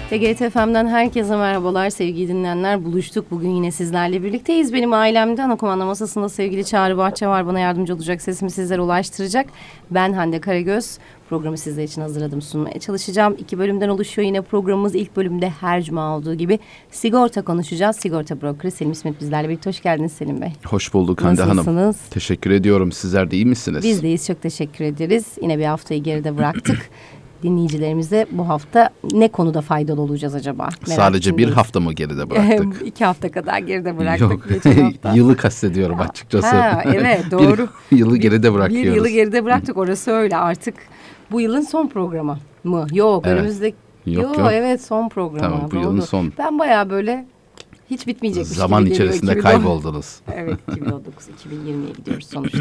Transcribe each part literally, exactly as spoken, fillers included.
T G T F M'den herkese merhabalar sevgili dinleyenler. Buluştuk. Bugün yine sizlerle birlikteyiz. Benim ailemde ana kumanda masasında sevgili Çağrı Bahçe var. Bana yardımcı olacak, sesimi sizlere ulaştıracak. Ben Hande Karagöz. Programı sizler için hazırladım, sunmaya çalışacağım. İki bölümden oluşuyor yine programımız. İlk bölümde her cuma olduğu gibi sigorta konuşacağız. Sigorta brokeri Selim İsmet bizlerle birlikte. Hoş geldiniz Selim Bey. Hoş bulduk Hande Hanım. Nasılsınız? Teşekkür ediyorum. Sizler de iyi misiniz? Biz deyiz. Çok teşekkür ederiz. Yine bir haftayı geride bıraktık. Dinleyicilerimize bu hafta ne konuda faydalı olacağız acaba? Merak Sadece içindeyiz. bir hafta mı geride bıraktık? İki hafta kadar geride bıraktık. Yok, geçen hafta. yılı kastediyorum açıkçası. Ha, evet doğru. Bir yılı geride bırakıyoruz. Bir yılı geride bıraktık, orası öyle artık. Bu yılın son programı mı? Yok, evet. önümüzdeki... Yok, yok, yok. evet son programı. Tamam, bu doğru. yılın son. Ben bayağı böyle hiç bitmeyecekmiş Zaman gibi geliyor. içerisinde iki bin on kayboldunuz. Evet, iki bin on dokuz iki bin yirmiye gidiyoruz sonuçta.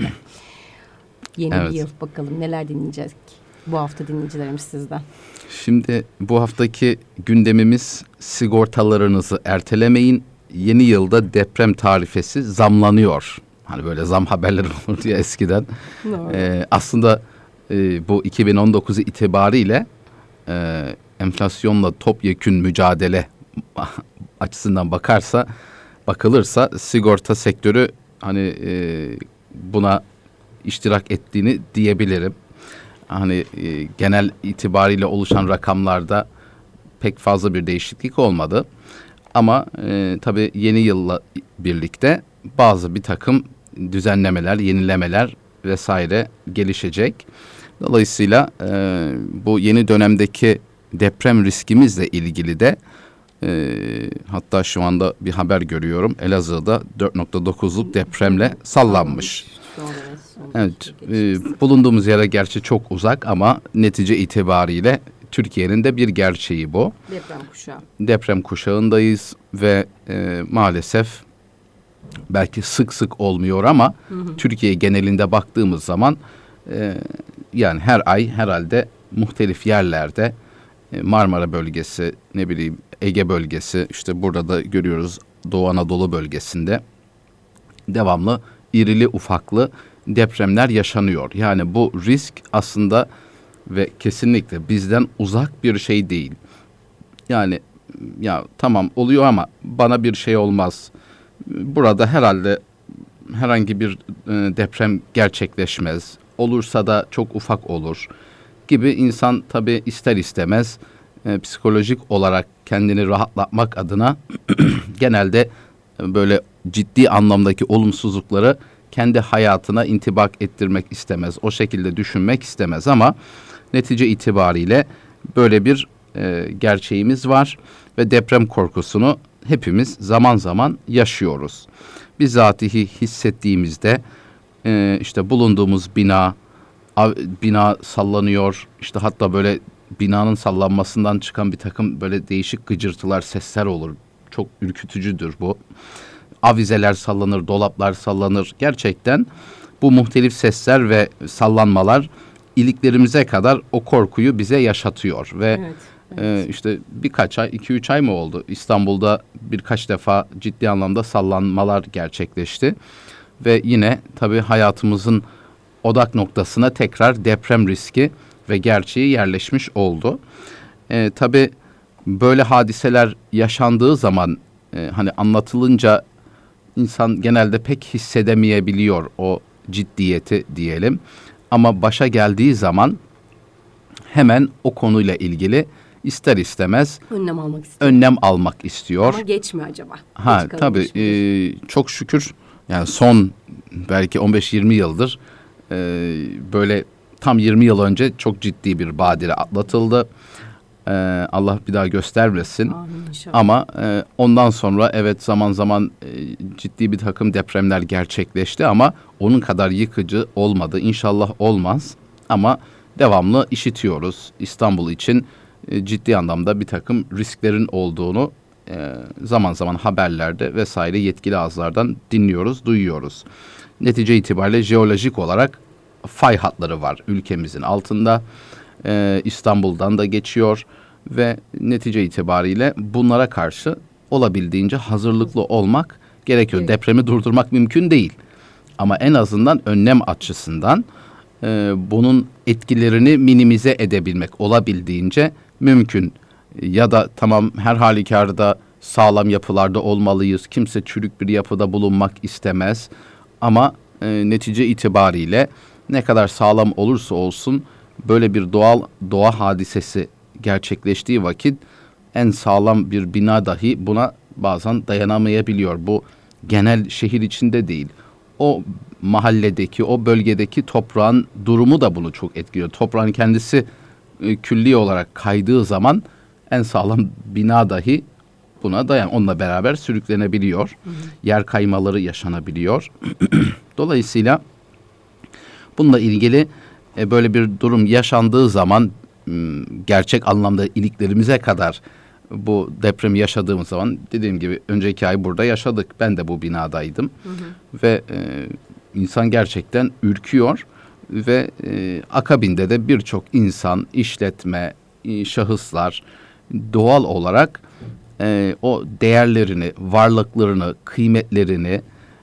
Yeni Evet. bir yıl, bakalım neler dinleyeceğiz bu hafta dinleyicilerimiz sizden. Şimdi bu haftaki gündemimiz sigortalarınızı ertelemeyin. Yeni yılda deprem tarifesi zamlanıyor. Hani böyle zam haberleri olurdu ya eskiden. Ee, aslında e, bu iki bin on dokuz itibariyle e, enflasyonla topyekün mücadele açısından bakarsa bakılırsa sigorta sektörü hani e, buna iştirak ettiğini diyebilirim. Hani e, genel itibariyle oluşan rakamlarda pek fazla bir değişiklik olmadı. Ama e, tabii yeni yılla birlikte bazı bir takım düzenlemeler, yenilemeler vesaire gelişecek. Dolayısıyla e, bu yeni dönemdeki deprem riskimizle ilgili de e, hatta şu anda bir haber görüyorum. Elazığ'da dört nokta dokuzluk depremle sallanmış. Evet, e, bulunduğumuz yere gerçi çok uzak ama netice itibariyle Türkiye'nin de bir gerçeği bu. Deprem kuşağı. Deprem kuşağındayız ve e, maalesef belki sık sık olmuyor ama hı hı. Türkiye genelinde baktığımız zaman e, yani her ay herhalde muhtelif yerlerde e, Marmara bölgesi, ne bileyim Ege bölgesi, işte burada da görüyoruz Doğu Anadolu bölgesinde devamlı irili ufaklı depremler yaşanıyor. Yani bu risk aslında ve kesinlikle bizden uzak bir şey değil. Yani ya tamam oluyor ama bana bir şey olmaz. Burada herhalde herhangi bir e, deprem gerçekleşmez. Olursa da çok ufak olur gibi insan tabii ister istemez e, psikolojik olarak kendini rahatlatmak adına genelde e, böyle ciddi anlamdaki olumsuzlukları kendi hayatına intibak ettirmek istemez. O şekilde düşünmek istemez ama netice itibariyle böyle bir e, gerçeğimiz var ve deprem korkusunu hepimiz zaman zaman yaşıyoruz. Bizatihi hissettiğimizde e, işte bulunduğumuz bina av, bina sallanıyor. İşte hatta böyle binanın sallanmasından çıkan bir takım böyle değişik gıcırtılar, sesler olur. Çok ürkütücüdür bu. Avizeler sallanır, dolaplar sallanır. Gerçekten bu muhtelif sesler ve sallanmalar iliklerimize kadar o korkuyu bize yaşatıyor. Ve evet, evet. E, işte birkaç ay, iki üç ay mı oldu? İstanbul'da birkaç defa ciddi anlamda sallanmalar gerçekleşti. Ve yine tabii hayatımızın odak noktasına tekrar deprem riski ve gerçeği yerleşmiş oldu. E, tabii böyle hadiseler yaşandığı zaman e, hani anlatılınca İnsan genelde pek hissedemeyebiliyor o ciddiyeti diyelim. Ama başa geldiği zaman hemen o konuyla ilgili ister istemez önlem almak istiyor. Önlem almak istiyor. Ama geç mi acaba? Ha tabii e, çok şükür yani son belki on beş yirmi yıldır e, böyle tam yirmi yıl önce çok ciddi bir badire atlatıldı. Ee, Allah bir daha göstermesin. Amin, ama e, ondan sonra evet zaman zaman e, ciddi bir takım depremler gerçekleşti ama onun kadar yıkıcı olmadı. İnşallah olmaz ama devamlı işitiyoruz. İstanbul için e, ciddi anlamda bir takım risklerin olduğunu e, zaman zaman haberlerde vesaire yetkili ağızlardan dinliyoruz, duyuyoruz. Netice itibariyle jeolojik olarak fay hatları var ülkemizin altında. Ee, İstanbul'dan da geçiyor ve netice itibariyle bunlara karşı olabildiğince hazırlıklı olmak gerekiyor. Evet. Depremi durdurmak mümkün değil ama en azından önlem açısından e, bunun etkilerini minimize edebilmek olabildiğince mümkün. ya da tamam her halükarda sağlam yapılarda olmalıyız. Kimse çürük bir yapıda bulunmak istemez. Ama e, netice itibariyle ne kadar sağlam olursa olsun böyle bir doğal doğa hadisesi gerçekleştiği vakit en sağlam bir bina dahi buna bazen dayanamayabiliyor. Bu genel şehir içinde değil. O mahalledeki, o bölgedeki toprağın durumu da bunu çok etkiliyor. Toprağın kendisi e, külli olarak kaydığı zaman en sağlam bina dahi buna dayan. Onunla beraber sürüklenebiliyor. Hı hı. Yer kaymaları yaşanabiliyor. Dolayısıyla bununla ilgili e, böyle bir durum yaşandığı zaman m, gerçek anlamda iliklerimize kadar bu depremi yaşadığımız zaman dediğim gibi önceki ay burada yaşadık. Ben de bu binadaydım. Hı hı. Ve e, insan gerçekten ürküyor ve e, akabinde de birçok insan, işletme, e, şahıslar doğal olarak e, o değerlerini, varlıklarını, kıymetlerini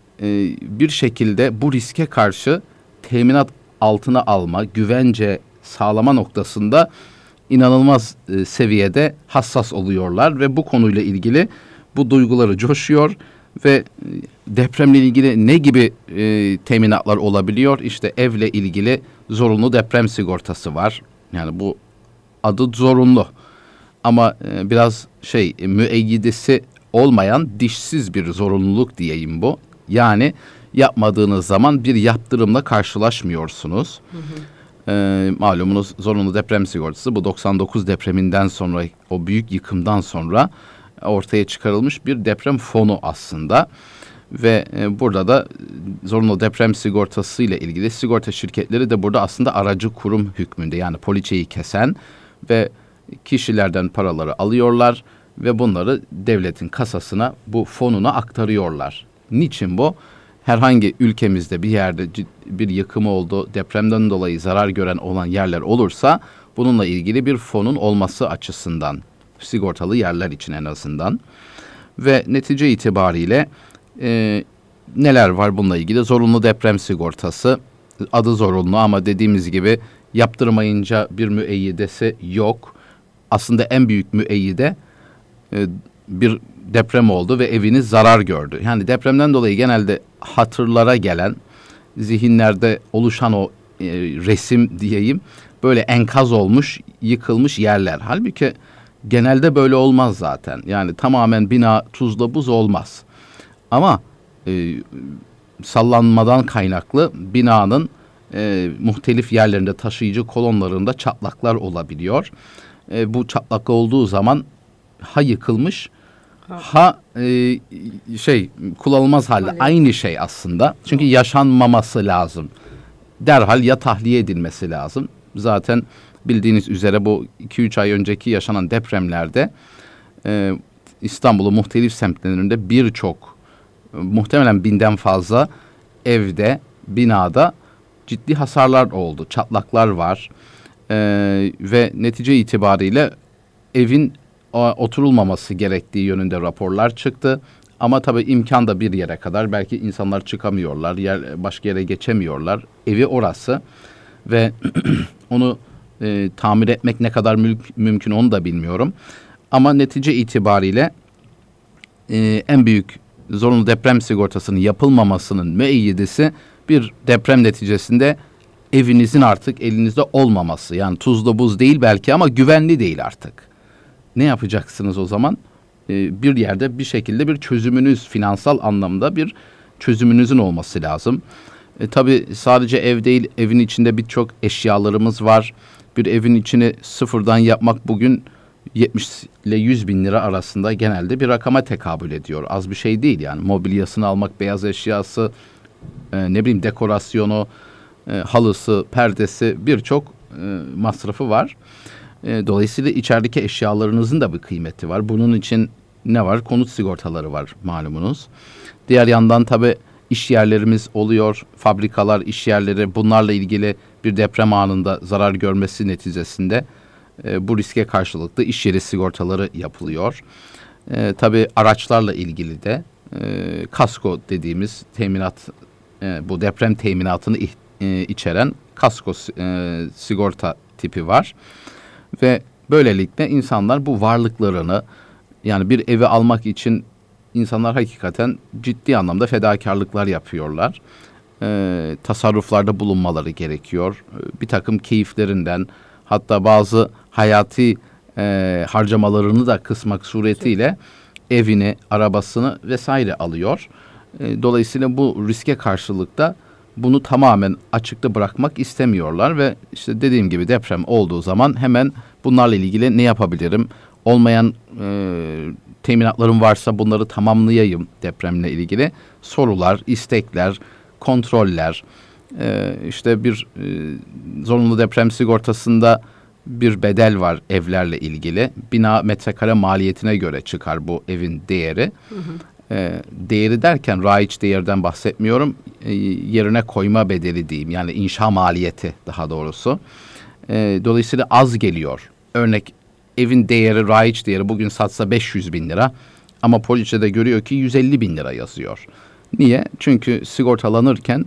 e, bir şekilde bu riske karşı teminat altına alma, güvence sağlama noktasında inanılmaz e, seviyede hassas oluyorlar ve bu konuyla ilgili bu duyguları coşuyor ve e, depremle ilgili ne gibi e, teminatlar olabiliyor? İşte evle ilgili zorunlu deprem sigortası var. Yani bu adı zorunlu ama e, biraz şey e, müeyyidesi olmayan dişsiz bir zorunluluk diyeyim bu. Yani yapmadığınız zaman bir yaptırımla karşılaşmıyorsunuz. Hı hı. Ee, malumunuz zorunlu deprem sigortası bu doksan dokuz depreminden sonra o büyük yıkımdan sonra ortaya çıkarılmış bir deprem fonu aslında ve e, burada da zorunlu deprem sigortası ile ilgili sigorta şirketleri de burada aslında aracı kurum hükmünde, yani poliçeyi kesen ve kişilerden paraları alıyorlar ve bunları devletin kasasına, bu fonuna aktarıyorlar. Niçin bu? Herhangi ülkemizde bir yerde bir yıkım oldu, depremden dolayı zarar gören olan yerler olursa bununla ilgili bir fonun olması açısından, sigortalı yerler için en azından. Ve netice itibariyle e, neler var bununla ilgili? Zorunlu deprem sigortası, adı zorunlu ama dediğimiz gibi yaptırmayınca bir müeyyidesi yok. Aslında en büyük müeyyide e, bir deprem oldu ve eviniz zarar gördü. Yani depremden dolayı genelde hatırlara gelen, zihinlerde oluşan o e, resim diyeyim, böyle enkaz olmuş, yıkılmış yerler. Halbuki genelde böyle olmaz zaten. Yani tamamen bina tuzla buz olmaz. Ama e, sallanmadan kaynaklı binanın e, muhtelif yerlerinde, taşıyıcı kolonlarında çatlaklar olabiliyor. E, bu çatlak olduğu zaman ha yıkılmış, ha e, şey kullanılmaz halde, Öyle. Aynı şey aslında. Çünkü yaşanmaması lazım. Derhal ya tahliye edilmesi lazım. Zaten bildiğiniz üzere bu iki üç ay önceki yaşanan depremlerde e, İstanbul'un muhtelif semtlerinde birçok, muhtemelen binden fazla evde, binada ciddi hasarlar oldu. Çatlaklar var. E, ve netice itibariyle evin oturulmaması gerektiği yönünde raporlar çıktı. Ama tabii imkan da bir yere kadar. Belki insanlar çıkamıyorlar, yer, başka yere geçemiyorlar. Evi orası ve onu e, tamir etmek ne kadar mülk, mümkün onu da bilmiyorum. Ama netice itibariyle e, en büyük zorunlu deprem sigortasının yapılmamasının müeyyidesi bir deprem neticesinde evinizin artık elinizde olmaması. Yani tuzlu buz değil belki ama güvenli değil artık. Ne yapacaksınız o zaman? Ee, bir yerde bir şekilde bir çözümünüz, finansal anlamda bir çözümünüzün olması lazım. E, tabii sadece ev değil, evin içinde birçok eşyalarımız var. Bir evin içini sıfırdan yapmak bugün yetmiş ile yüz bin lira arasında genelde bir rakama tekabül ediyor. Az bir şey değil yani. Mobilyasını almak, beyaz eşyası, e, ne bileyim dekorasyonu, e, halısı, perdesi, birçok e, masrafı var. E, dolayısıyla içerideki eşyalarınızın da bir kıymeti var. Bunun için ne var? Konut sigortaları var malumunuz. Diğer yandan tabii iş yerlerimiz oluyor. Fabrikalar, iş yerleri, bunlarla ilgili bir deprem anında zarar görmesi neticesinde e, bu riske karşılıklı iş yeri sigortaları yapılıyor. E, tabii araçlarla ilgili de e, kasko dediğimiz teminat, e, bu deprem teminatını e, içeren kasko e, sigorta tipi var. Ve Böylelikle insanlar bu varlıklarını, yani bir evi almak için insanlar hakikaten ciddi anlamda fedakarlıklar yapıyorlar. Ee, tasarruflarda bulunmaları gerekiyor. Ee, bir takım keyiflerinden, hatta bazı hayati e, harcamalarını da kısmak suretiyle evini, arabasını vesaire alıyor. E, dolayısıyla bu riske karşılık da bunu tamamen açıkta bırakmak istemiyorlar ve işte dediğim gibi deprem olduğu zaman hemen bunlarla ilgili ne yapabilirim? Olmayan e, teminatlarım varsa bunları tamamlayayım depremle ilgili sorular, istekler, kontroller. E, işte bir e, zorunlu deprem sigortasında bir bedel var evlerle ilgili. Bina metrekare maliyetine göre çıkar bu evin değeri. Hı hı. E, değeri derken raiç değerden bahsetmiyorum. E, yerine koyma bedeli diyeyim. Yani inşa maliyeti daha doğrusu. E, dolayısıyla az geliyor. Örnek evin değeri, raiç değeri bugün satsa beş yüz bin lira. Ama poliçede görüyor ki yüz elli bin lira yazıyor. Niye? Çünkü sigortalanırken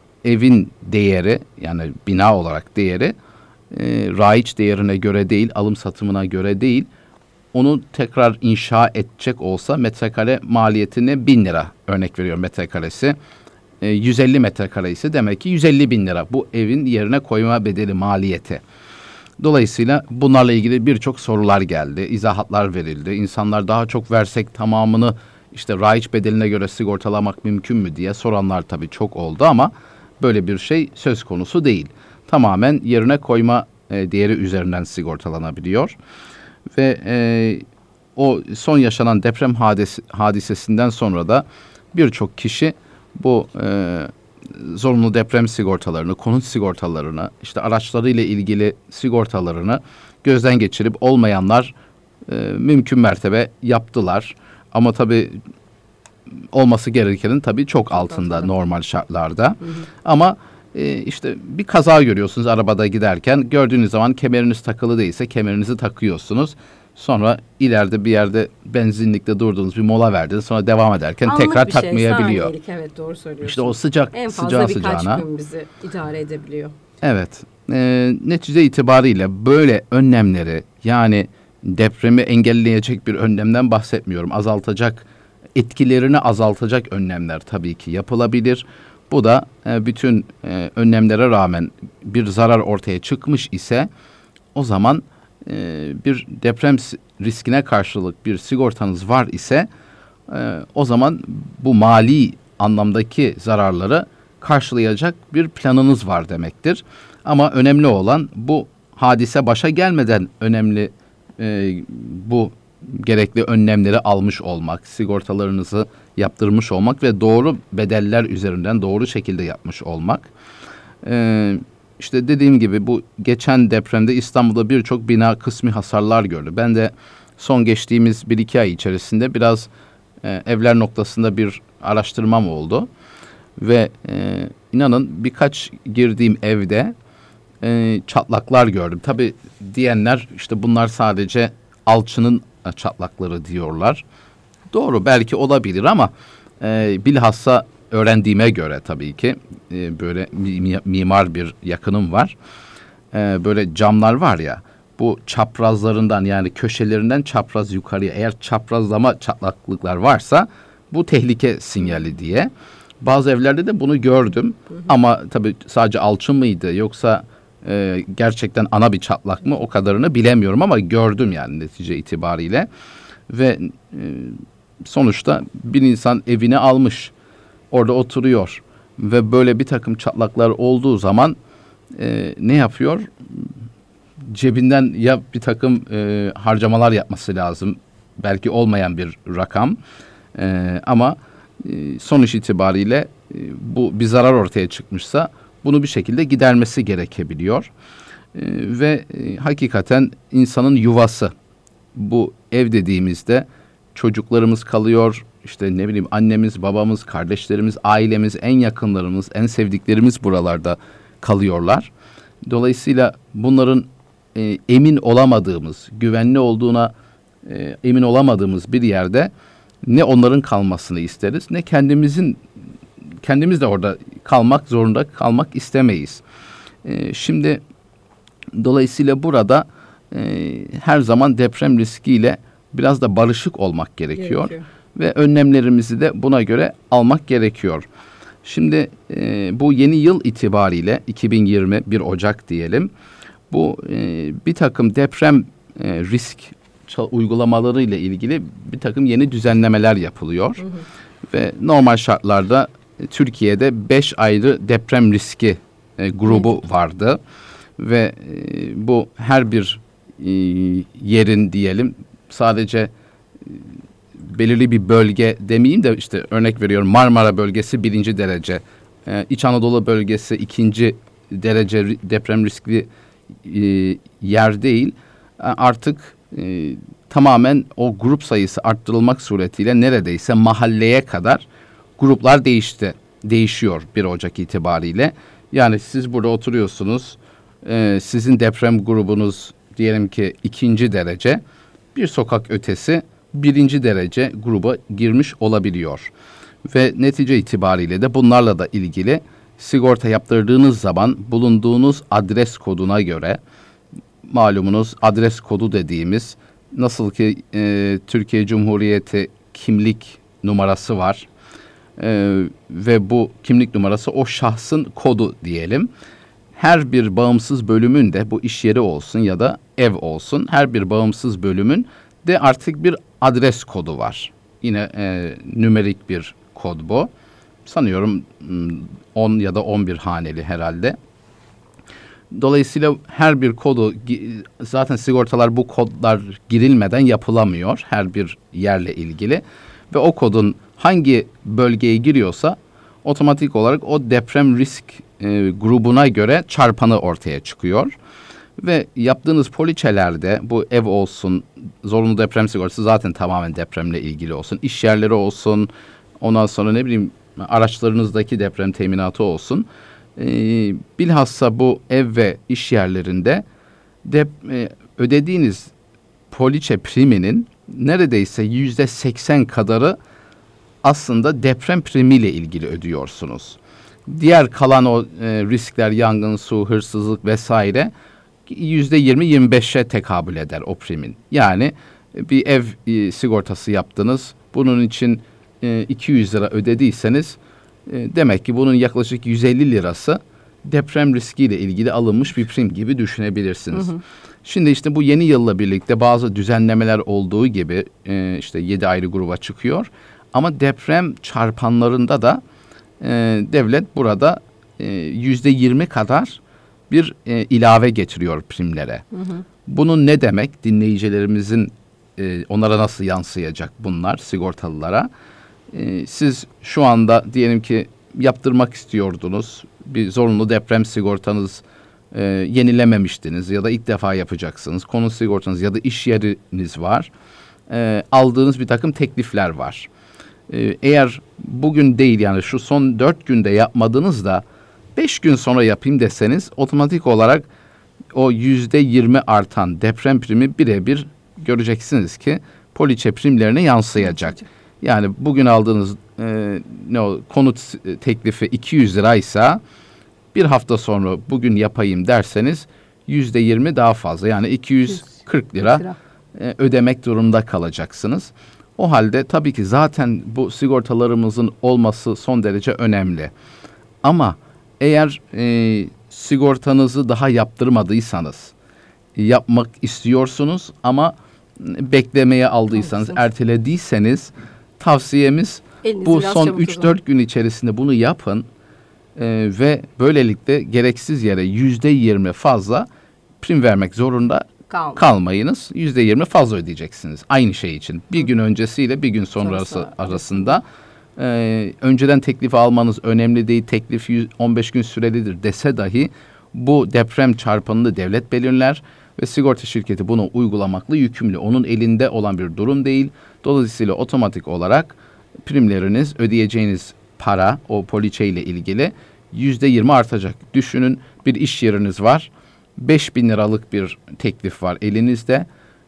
evin değeri, yani bina olarak değeri e, raiç değerine göre değil, alım satımına göre değil. Onu tekrar inşa edecek olsa metrekare maliyetine bin lira, örnek veriyorum metrekaresi. E, yüz elli metrekare ise demek ki yüz elli bin lira bu evin yerine koyma bedeli maliyeti. Dolayısıyla bunlarla ilgili birçok sorular geldi, izahatlar verildi. İnsanlar daha çok versek tamamını işte raiç bedeline göre sigortalamak mümkün mü diye soranlar tabii çok oldu ama böyle bir şey söz konusu değil. Tamamen yerine koyma e, değeri üzerinden sigortalanabiliyor. Ve e, o son yaşanan deprem hadis hadisesinden sonra da birçok kişi bu e, zorunlu deprem sigortalarını, konut sigortalarını, işte araçlarıyla ilgili sigortalarını gözden geçirip olmayanlar e, mümkün mertebe yaptılar. Ama tabii olması gerekenin tabii çok altında Altında. normal şartlarda. Hı hı. Ama e, işte bir kaza görüyorsunuz arabada giderken, gördüğünüz zaman kemeriniz takılı değilse kemerinizi takıyorsunuz. Sonra ileride bir yerde benzinlikte durduğunuz bir mola verdiniz. Sonra devam ederken Anlık tekrar bir şey, takmayabiliyor. Saniyelik, evet doğru söylüyorsun. İşte o sıcak en fazla sıcağı birkaç sıcağına. gün bizi idare edebiliyor. Evet. E, netice itibariyle böyle önlemleri, yani depremi engelleyecek bir önlemden bahsetmiyorum. Azaltacak, etkilerini azaltacak önlemler tabii ki yapılabilir. Bu da e, bütün e, önlemlere rağmen bir zarar ortaya çıkmış ise o zaman e, bir deprem riskine karşılık bir sigortanız var ise e, o zaman bu mali anlamdaki zararları karşılayacak bir planınız var demektir. Ama önemli olan bu hadise başa gelmeden önemli e, bu gerekli önlemleri almış olmak, sigortalarınızı yaptırmış olmak ve doğru bedeller üzerinden doğru şekilde yapmış olmak. Ee, işte dediğim gibi bu geçen depremde İstanbul'da birçok bina kısmi hasarlar gördü. Ben de son geçtiğimiz bir iki ay içerisinde biraz e, evler noktasında bir araştırmam oldu. Ve e, inanın birkaç girdiğim evde e, çatlaklar gördüm. Tabii diyenler işte bunlar sadece alçının çatlakları diyorlar. Doğru, belki olabilir ama e, bilhassa öğrendiğime göre tabii ki e, böyle mi, mimar bir yakınım var. E, böyle camlar var ya, bu çaprazlarından, yani köşelerinden çapraz yukarıya eğer çaprazlama çatlaklıklar varsa bu tehlike sinyali diye. Bazı evlerde de bunu gördüm. Hı hı. Ama tabii sadece alçı mıydı yoksa e, gerçekten ana bir çatlak mı, o kadarını bilemiyorum ama gördüm yani netice itibariyle. Ve e, sonuçta bir insan evini almış, orada oturuyor ve böyle bir takım çatlaklar olduğu zaman e, ne yapıyor? Cebinden ya bir takım e, harcamalar yapması lazım. Belki olmayan bir rakam e, ama e, sonuç itibariyle e, bu bir zarar ortaya çıkmışsa bunu bir şekilde gidermesi gerekebiliyor. E, ve e, hakikaten insanın yuvası, bu ev dediğimizde çocuklarımız kalıyor, işte ne bileyim annemiz, babamız, kardeşlerimiz, ailemiz, en yakınlarımız, en sevdiklerimiz buralarda kalıyorlar. Dolayısıyla bunların e, emin olamadığımız, güvenli olduğuna e, emin olamadığımız bir yerde ne onların kalmasını isteriz, ne kendimizin kendimiz de orada kalmak zorunda kalmak istemeyiz. E, şimdi dolayısıyla burada e, her zaman deprem riskiyle biraz da barışık olmak gerekiyor. Gerekiyor. Ve önlemlerimizi de buna göre almak gerekiyor. Şimdi e, bu yeni yıl itibariyle iki bin yirmi bir Ocak diyelim. Bu e, bir takım deprem e, risk uygulamaları ile ilgili bir takım yeni düzenlemeler yapılıyor. Hı hı. Ve normal şartlarda e, Türkiye'de beş ayrı deprem riski e, grubu evet. vardı. Ve e, bu her bir e, yerin diyelim sadece e, belirli bir bölge demeyeyim de işte örnek veriyorum Marmara bölgesi birinci derece, e, İç Anadolu bölgesi ikinci derece deprem riskli e, yer değil. E, artık e, tamamen o grup sayısı arttırılmak suretiyle neredeyse mahalleye kadar gruplar değişti, değişiyor bir Ocak itibariyle. Yani siz burada oturuyorsunuz, e, sizin deprem grubunuz diyelim ki ikinci derece, bir sokak ötesi birinci derece gruba girmiş olabiliyor. Ve netice itibariyle de bunlarla da ilgili sigorta yaptırdığınız zaman bulunduğunuz adres koduna göre, malumunuz adres kodu dediğimiz nasıl ki e, Türkiye Cumhuriyeti kimlik numarası var e, ve bu kimlik numarası o şahsın kodu diyelim. Her bir bağımsız bölümün de bu iş yeri olsun ya da ev olsun her bir bağımsız bölümün de artık bir adres kodu var. Yine e, nümerik bir kod bu. Sanıyorum on ya da on bir haneli herhalde. Dolayısıyla her bir kodu zaten sigortalar bu kodlar girilmeden yapılamıyor her bir yerle ilgili. Ve o kodun hangi bölgeye giriyorsa otomatik olarak o deprem risk e, grubuna göre çarpanı ortaya çıkıyor. Ve yaptığınız poliçelerde bu ev olsun, zorunlu deprem sigortası zaten tamamen depremle ilgili olsun, iş yerleri olsun, ondan sonra ne bileyim araçlarınızdaki deprem teminatı olsun. Ee, bilhassa bu ev ve iş yerlerinde de, e, ödediğiniz poliçe priminin neredeyse yüzde seksen kadarı aslında deprem primiyle ilgili ödüyorsunuz. Diğer kalan o e, riskler, yangın, su, hırsızlık vesaire yüzde yirmi yirmi beşe tekabül eder o primin. Yani bir ev e, sigortası yaptınız. Bunun için e, iki yüz lira ödediyseniz e, demek ki bunun yaklaşık yüz elli lirası deprem riskiyle ilgili alınmış bir prim gibi düşünebilirsiniz. Hı hı. Şimdi işte bu yeni yılla birlikte bazı düzenlemeler olduğu gibi e, işte yedi ayrı gruba çıkıyor. Ama deprem çarpanlarında da e, devlet burada e, yüzde yirmi kadar bir e, ilave getiriyor primlere. Hı hı. Bunun ne demek? Dinleyicilerimizin e, onlara nasıl yansıyacak bunlar sigortalılara? E, siz şu anda diyelim ki yaptırmak istiyordunuz. Bir zorunlu deprem sigortanız e, yenilememiştiniz ya da ilk defa yapacaksınız. Konut sigortanız ya da iş yeriniz var. E, aldığınız bir takım teklifler var. E, eğer bugün değil yani şu son dört günde yapmadınız da beş gün sonra yapayım deseniz otomatik olarak o yüzde yirmi artan deprem primi birebir göreceksiniz ki poliçe primlerine yansıyacak. Yani bugün aldığınız e, ne o konut teklifi iki yüz liraysa bir hafta sonra bugün yapayım derseniz yüzde yirmi daha fazla yani iki yüz kırk lira e, ödemek durumunda kalacaksınız. O halde tabii ki zaten bu sigortalarımızın olması son derece önemli. Ama eğer e, sigortanızı daha yaptırmadıysanız, yapmak istiyorsunuz ama beklemeye aldıysanız, Olsun. ertelediyseniz tavsiyemiz Elinizi bu son üç dört gün içerisinde bunu yapın e, ve böylelikle gereksiz yere yüzde yirmi fazla prim vermek zorunda Kalma. kalmayınız. yüzde yirmi fazla ödeyeceksiniz aynı şey için. Bir gün öncesiyle bir gün sonrası arasında. Ee, önceden teklifi almanız önemli değil, teklif on beş gün sürelidir dese dahi bu deprem çarpanını devlet belirler ve sigorta şirketi bunu uygulamakla yükümlü. Onun elinde olan bir durum değil. Dolayısıyla otomatik olarak primleriniz, ödeyeceğiniz para o poliçe ile ilgili yüzde yirmi artacak. Düşünün bir iş yeriniz var, beş bin liralık bir teklif var elinizde.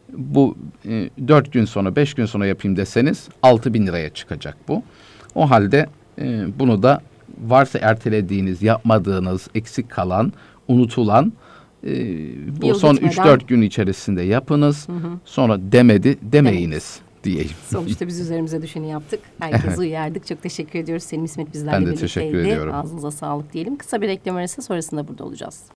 Bu e, dört gün sonra, beş gün sonra yapayım deseniz altı bin liraya çıkacak bu. O halde e, bunu da varsa ertelediğiniz, yapmadığınız, eksik kalan, unutulan e, bu Yıl son gitmeden- üç dört gün içerisinde yapınız. Sonra demedi demeyiniz diyeyim. Sonuçta biz üzerimize düşeni yaptık. Herkese Evet. uyardık. Çok teşekkür ediyoruz. Selim İsmet bizlerle Ben de birlikteydi. teşekkür ediyorum. Ağzınıza sağlık diyelim. Kısa bir reklam arası sonrasında burada olacağız.